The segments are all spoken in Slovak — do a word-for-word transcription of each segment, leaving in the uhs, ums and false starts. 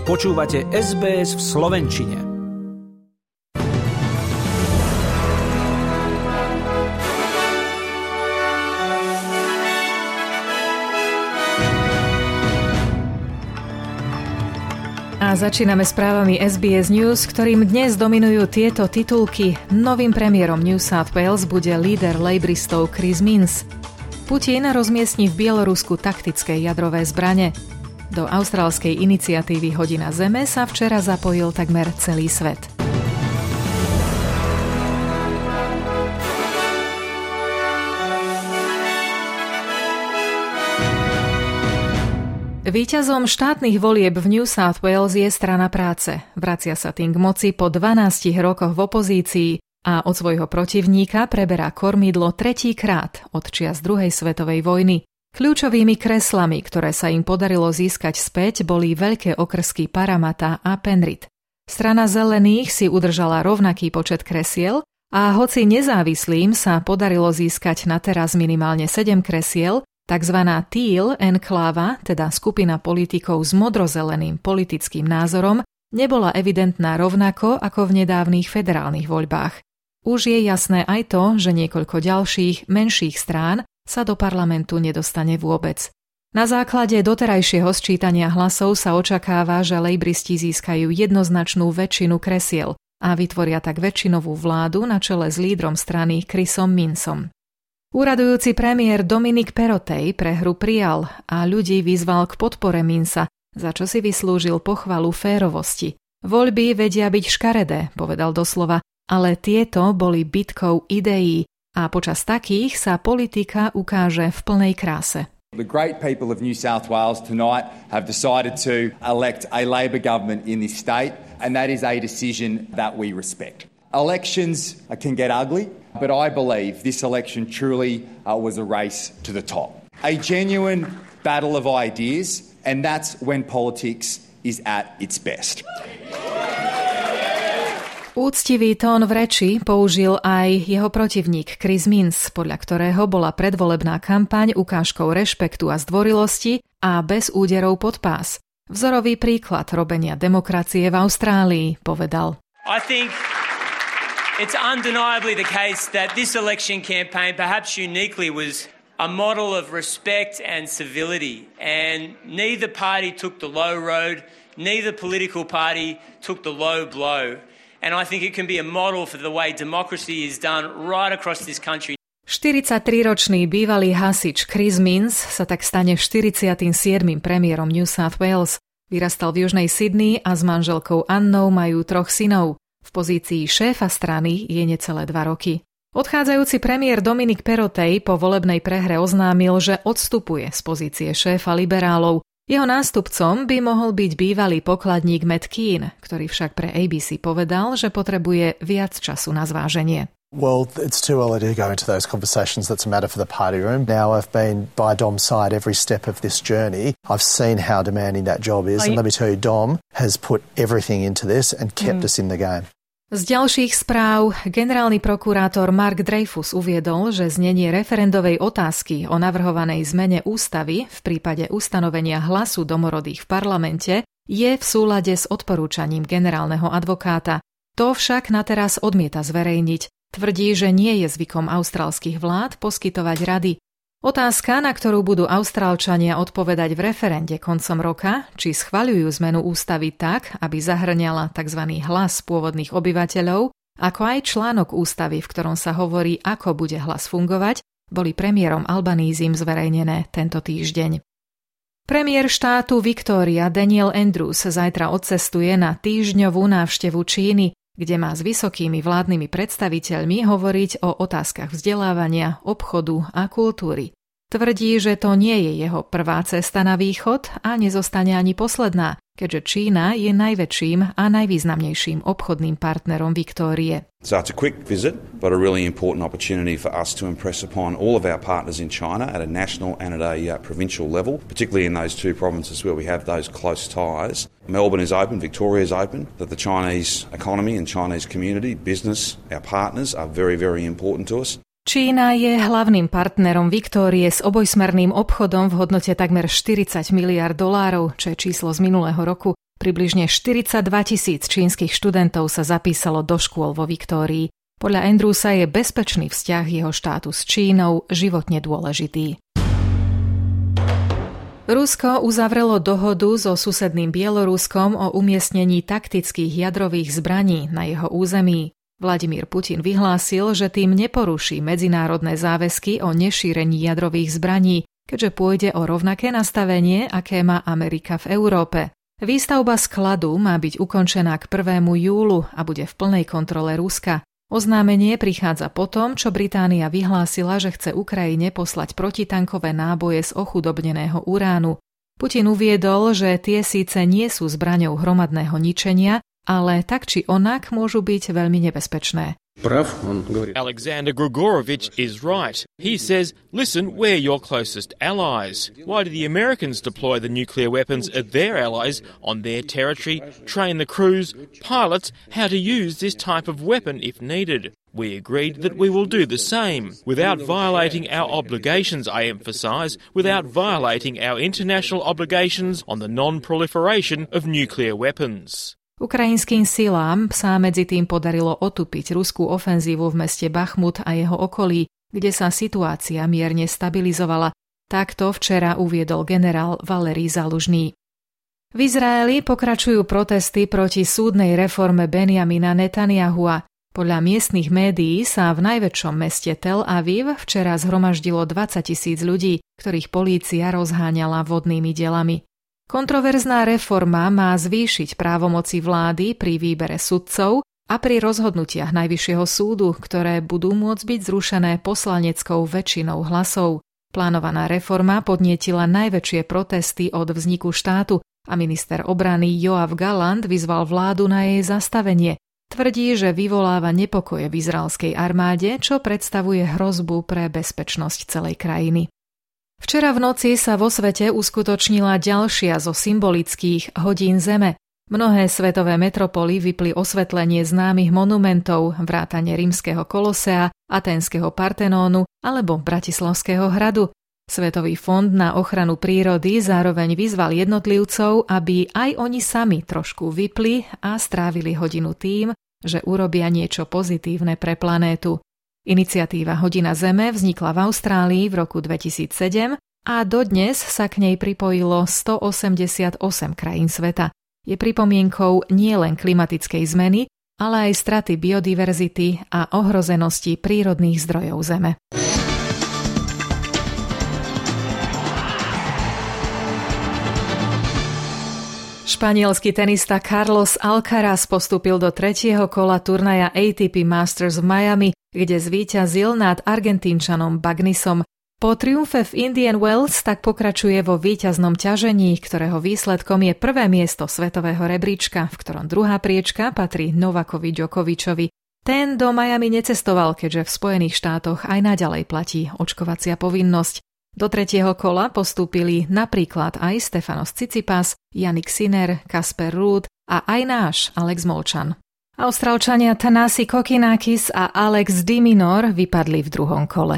Počúvate es bé es v slovenčine. A začíname správami es bé es News, ktorým dnes dominujú tieto titulky. Novým premiérom New South Wales bude líder lejbristov Chris Minns. Putin rozmiestni v Bielorusku taktické jadrové zbrane. Do austrálskej iniciatívy Hodina Zeme sa včera zapojil takmer celý svet. Víťazom štátnych volieb v New South Wales je Strana práce. Vracia sa tým k moci po dvanástich rokoch v opozícii a od svojho protivníka preberá kormidlo tretíkrát od čias druhej svetovej vojny. Kľúčovými kreslami, ktoré sa im podarilo získať späť, boli veľké okrsky Parramatta a Penrith. Strana zelených si udržala rovnaký počet kresiel a hoci nezávislým sa podarilo získať na teraz minimálne sedem kresiel, takzvaná Teal enkláva, teda skupina politikov s modrozeleným politickým názorom, nebola evidentná rovnako ako v nedávnych federálnych voľbách. Už je jasné aj to, že niekoľko ďalších, menších strán sa do parlamentu nedostane vôbec. Na základe doterajšieho sčítania hlasov sa očakáva, že lejbristi získajú jednoznačnú väčšinu kresiel a vytvoria tak väčšinovú vládu na čele s lídrom strany Chrisom Minnsom. Úradujúci premiér Dominic Perrottet prehru prijal a ľudí vyzval k podpore Minnsa, za čo si vyslúžil pochvalu férovosti. Voľby vedia byť škaredé, povedal doslova, ale tieto boli bitkou ideí a počas takých sa politika ukáže v plnej kráse. The great people of New South Wales tonight have decided to elect a Labor government in this state, and that is a decision that we respect. Elections can get ugly, but I believe this election truly uh, was a race to the top. A genuine battle of ideas, and that's when politics is at its best. Úctivý tón v reči použil aj jeho protivník Chris Minns, podľa ktorého bola predvolebná kampaň ukážkou rešpektu a zdvorilosti a bez úderov pod pás. Vzorový príklad robenia demokracie v Austrálii, povedal. I think it's undeniably the case that this election campaign, perhaps uniquely, was a model of respect and civility. And neither party took the low road, neither political party took the low blow. And I think it can be a model for the way democracy is done right across this country. štyridsaťtriročný bývalý hasič Chris Minns sa tak stane štyridsiatym siedmym premiérom New South Wales. Vyrastal v južnej Sydney a s manželkou Annou majú troch synov. V pozícii šéfa strany je necelé dva roky. Odchádzajúci premiér Dominic Perrottet po volebnej prehre oznámil, že odstupuje z pozície šéfa liberálov. Jeho nástupcom by mohol byť bývalý pokladník Matt Kean, ktorý však pre á bé cé povedal, že potrebuje viac času na zváženie. Well, it's too early to go into those conversations. That's a matter for the party room. Now I've been by Dom's side every step of this journey. I've seen how demanding that job is. And let me tell you, Dom has put everything into this and kept mm. us in the game. Z ďalších správ generálny prokurátor Mark Dreyfus uviedol, že znenie referendovej otázky o navrhovanej zmene ústavy v prípade ustanovenia hlasu domorodých v parlamente je v súlade s odporúčaním generálneho advokáta. To však na teraz odmieta zverejniť. Tvrdí, že nie je zvykom austrálskych vlád poskytovať rady. Otázka, na ktorú budú Austrálčania odpovedať v referende koncom roka, či schvaľujú zmenu ústavy tak, aby zahrňala tzv. Hlas pôvodných obyvateľov, ako aj článok ústavy, v ktorom sa hovorí, ako bude hlas fungovať, boli premiérom Albanízim zverejnené tento týždeň. Premiér štátu Victoria Daniel Andrews zajtra odcestuje na týždňovú návštevu Číny, kde má s vysokými vládnymi predstaviteľmi hovoriť o otázkach vzdelávania, obchodu a kultúry. Tvrdí, že to nie je jeho prvá cesta na východ a nezostane ani posledná, keďže Čína je najväčším a najvýznamnejším obchodným partnerom Viktórie. So it's a quick visit, but a really important opportunity for us to impress upon all of our partners in China at a national and at a uh, provincial level, particularly in those two provinces where we have those close ties. Melbourne is open, Victoria is open, that the Chinese economy and Chinese community, business, our partners are very, very important to us. Čína je hlavným partnerom Viktórie s obojsmerným obchodom v hodnote takmer štyridsať miliárd dolárov, čo je číslo z minulého roku. Približne štyridsaťdva tisíc čínskych študentov sa zapísalo do škôl vo Viktórii. Podľa Andrewsa je bezpečný vzťah jeho štátu s Čínou životne dôležitý. Rusko uzavrelo dohodu so susedným Bieloruskom o umiestnení taktických jadrových zbraní na jeho území. Vladimír Putin vyhlásil, že tým neporuší medzinárodné záväzky o nešírení jadrových zbraní, keďže pôjde o rovnaké nastavenie, aké má Amerika v Európe. Výstavba skladu má byť ukončená k prvému júlu a bude v plnej kontrole Ruska. Oznámenie prichádza po tom, čo Británia vyhlásila, že chce Ukrajine poslať protitankové náboje z ochudobneného uránu. Putin uviedol, že tie síce nie sú zbraňou hromadného ničenia, ale tak či onak môžu byť veľmi nebezpečné. Alexander Grigorovich is right. He says, listen, we're your closest allies. Why do the Americans deploy the nuclear weapons of their allies on their territory, train the crews, pilots how to use this type of weapon if needed? We agreed that we will do the same, without violating our obligations, I emphasise, without violating our international obligations on the non-proliferation of nuclear weapons. Ukrajinským silám sa medzi tým podarilo otupiť ruskú ofenzívu v meste Bachmut a jeho okolí, kde sa situácia mierne stabilizovala. Takto včera uviedol generál Valerij Zalužný. V Izraeli pokračujú protesty proti súdnej reforme Benjamina Netanyahua. Podľa miestnych médií sa v najväčšom meste Tel Aviv včera zhromaždilo dvadsať tisíc ľudí, ktorých polícia rozháňala vodnými delami. Kontroverzná reforma má zvýšiť právomoci vlády pri výbere sudcov a pri rozhodnutiach Najvyššieho súdu, ktoré budú môcť byť zrušené poslaneckou väčšinou hlasov. Plánovaná reforma podnietila najväčšie protesty od vzniku štátu a minister obrany Joav Gallant vyzval vládu na jej zastavenie. Tvrdí, že vyvoláva nepokoje v izraelskej armáde, čo predstavuje hrozbu pre bezpečnosť celej krajiny. Včera v noci sa vo svete uskutočnila ďalšia zo symbolických hodín Zeme. Mnohé svetové metropoly vypli osvetlenie známych monumentov, vrátane Rímskeho Kolosea, Aténskeho Partenónu alebo Bratislavského hradu. Svetový fond na ochranu prírody zároveň vyzval jednotlivcov, aby aj oni sami trošku vypli a strávili hodinu tým, že urobia niečo pozitívne pre planétu. Iniciatíva Hodina Zeme vznikla v Austrálii v roku dvetisícsedem a dodnes sa k nej pripojilo stoosemdesiatosem krajín sveta. Je pripomienkou nielen klimatickej zmeny, ale aj straty biodiverzity a ohrozenosti prírodných zdrojov Zeme. Španielský tenista Carlos Alcaraz postúpil do tretieho kola turnaja á té pé Masters v Miami, kde zvíťazil nad Argentínčanom Bagnisom. Po triumfe v Indian Wells tak pokračuje vo víťaznom ťažení, ktorého výsledkom je prvé miesto svetového rebríčka, v ktorom druhá priečka patrí Novakovi Djokovičovi. Ten do Miami necestoval, keďže v Spojených štátoch aj naďalej platí očkovacia povinnosť. Do tretieho kola postúpili napríklad aj Stefanos Tsitsipas, Jannik Sinner, Casper Ruud a aj náš Alex Molčan. Austrálčania Thanasi Kokkinakis a Alex de Minaur vypadli v druhom kole.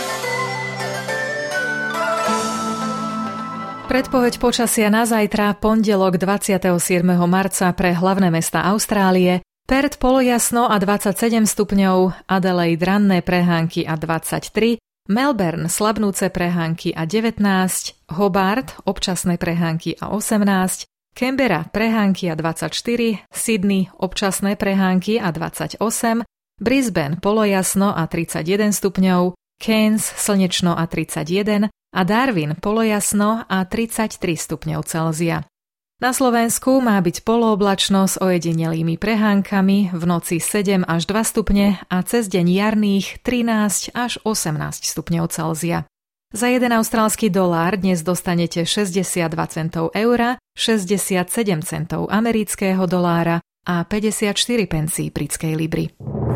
Predpoveď počasia na zajtra, pondelok dvadsiateho siedmeho marca pre hlavné mestá Austrálie, Perth polojasno a dvadsaťsedem stupňov, Adelaide ranné prehánky a dvadsaťtri, Melbourne slabnúce prehánky a devätnásť, Hobart občasné prehánky a osemnásť, Canberra prehánky a dvadsaťštyri, Sydney občasné prehánky a dvadsaťosem, Brisbane polojasno a tridsaťjeden stupňov, Cairns slnečno a tridsaťjeden a Darwin polojasno a tridsaťtri stupňov Celzia. Na Slovensku má byť polooblačno s ojedinelými prehánkami, v noci sedem až dva stupne a cez deň jarných trinásť až osemnásť stupňov Celzia. Za jeden austrálsky dolár dnes dostanete šesťdesiatdva centov eura, šesťdesiatsedem centov amerického dolára a päťdesiatštyri pencí britskej libry.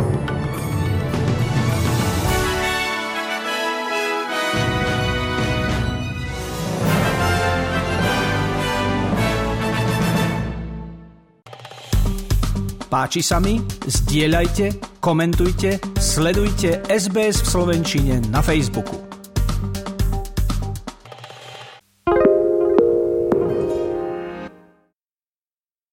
Páči sa mi? Zdieľajte, komentujte, sledujte es bé es v slovenčine na Facebooku.